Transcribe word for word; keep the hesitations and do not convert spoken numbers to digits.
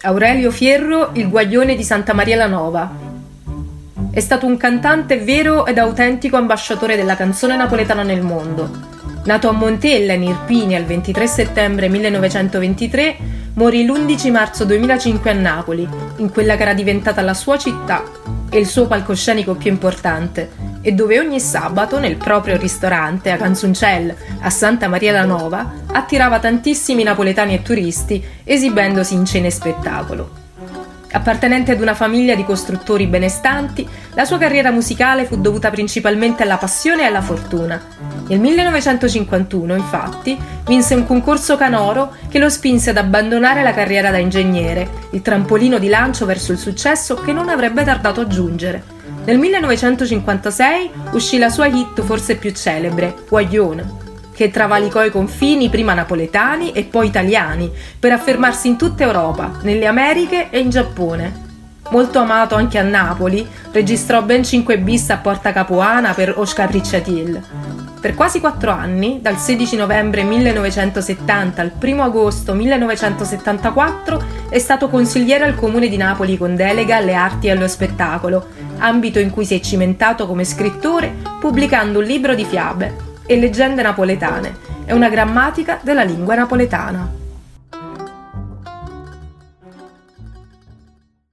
Aurelio Fierro, il guaglione di Santa Maria la Nova. È stato un cantante vero ed autentico ambasciatore della canzone napoletana nel mondo. Nato a Montella, in Irpinia, il ventitré settembre millenovecentoventitré, morì l'undici marzo duemilacinque a Napoli, in quella che era diventata la sua città e il suo palcoscenico più importante, e dove ogni sabato, nel proprio ristorante a Canzuncel, a Santa Maria la Nova, attirava tantissimi napoletani e turisti, esibendosi in cene e spettacolo. Appartenente ad una famiglia di costruttori benestanti, la sua carriera musicale fu dovuta principalmente alla passione e alla fortuna. Nel millenovecentocinquantuno, infatti, vinse un concorso canoro che lo spinse ad abbandonare la carriera da ingegnere, il trampolino di lancio verso il successo che non avrebbe tardato a giungere. Nel millenovecentocinquantasei uscì la sua hit forse più celebre, Guaglione, che travalicò i confini prima napoletani e poi italiani per affermarsi in tutta Europa, nelle Americhe e in Giappone. Molto amato anche a Napoli, registrò ben cinque bis a Porta Capuana per Oscar Ricciatil. Per quasi quattro anni, dal sedici novembre millenovecentosettanta al primo agosto millenovecentosettantaquattro, è stato consigliere al Comune di Napoli con delega alle arti e allo spettacolo, ambito in cui si è cimentato come scrittore pubblicando un libro di fiabe e leggende napoletane e una grammatica della lingua napoletana.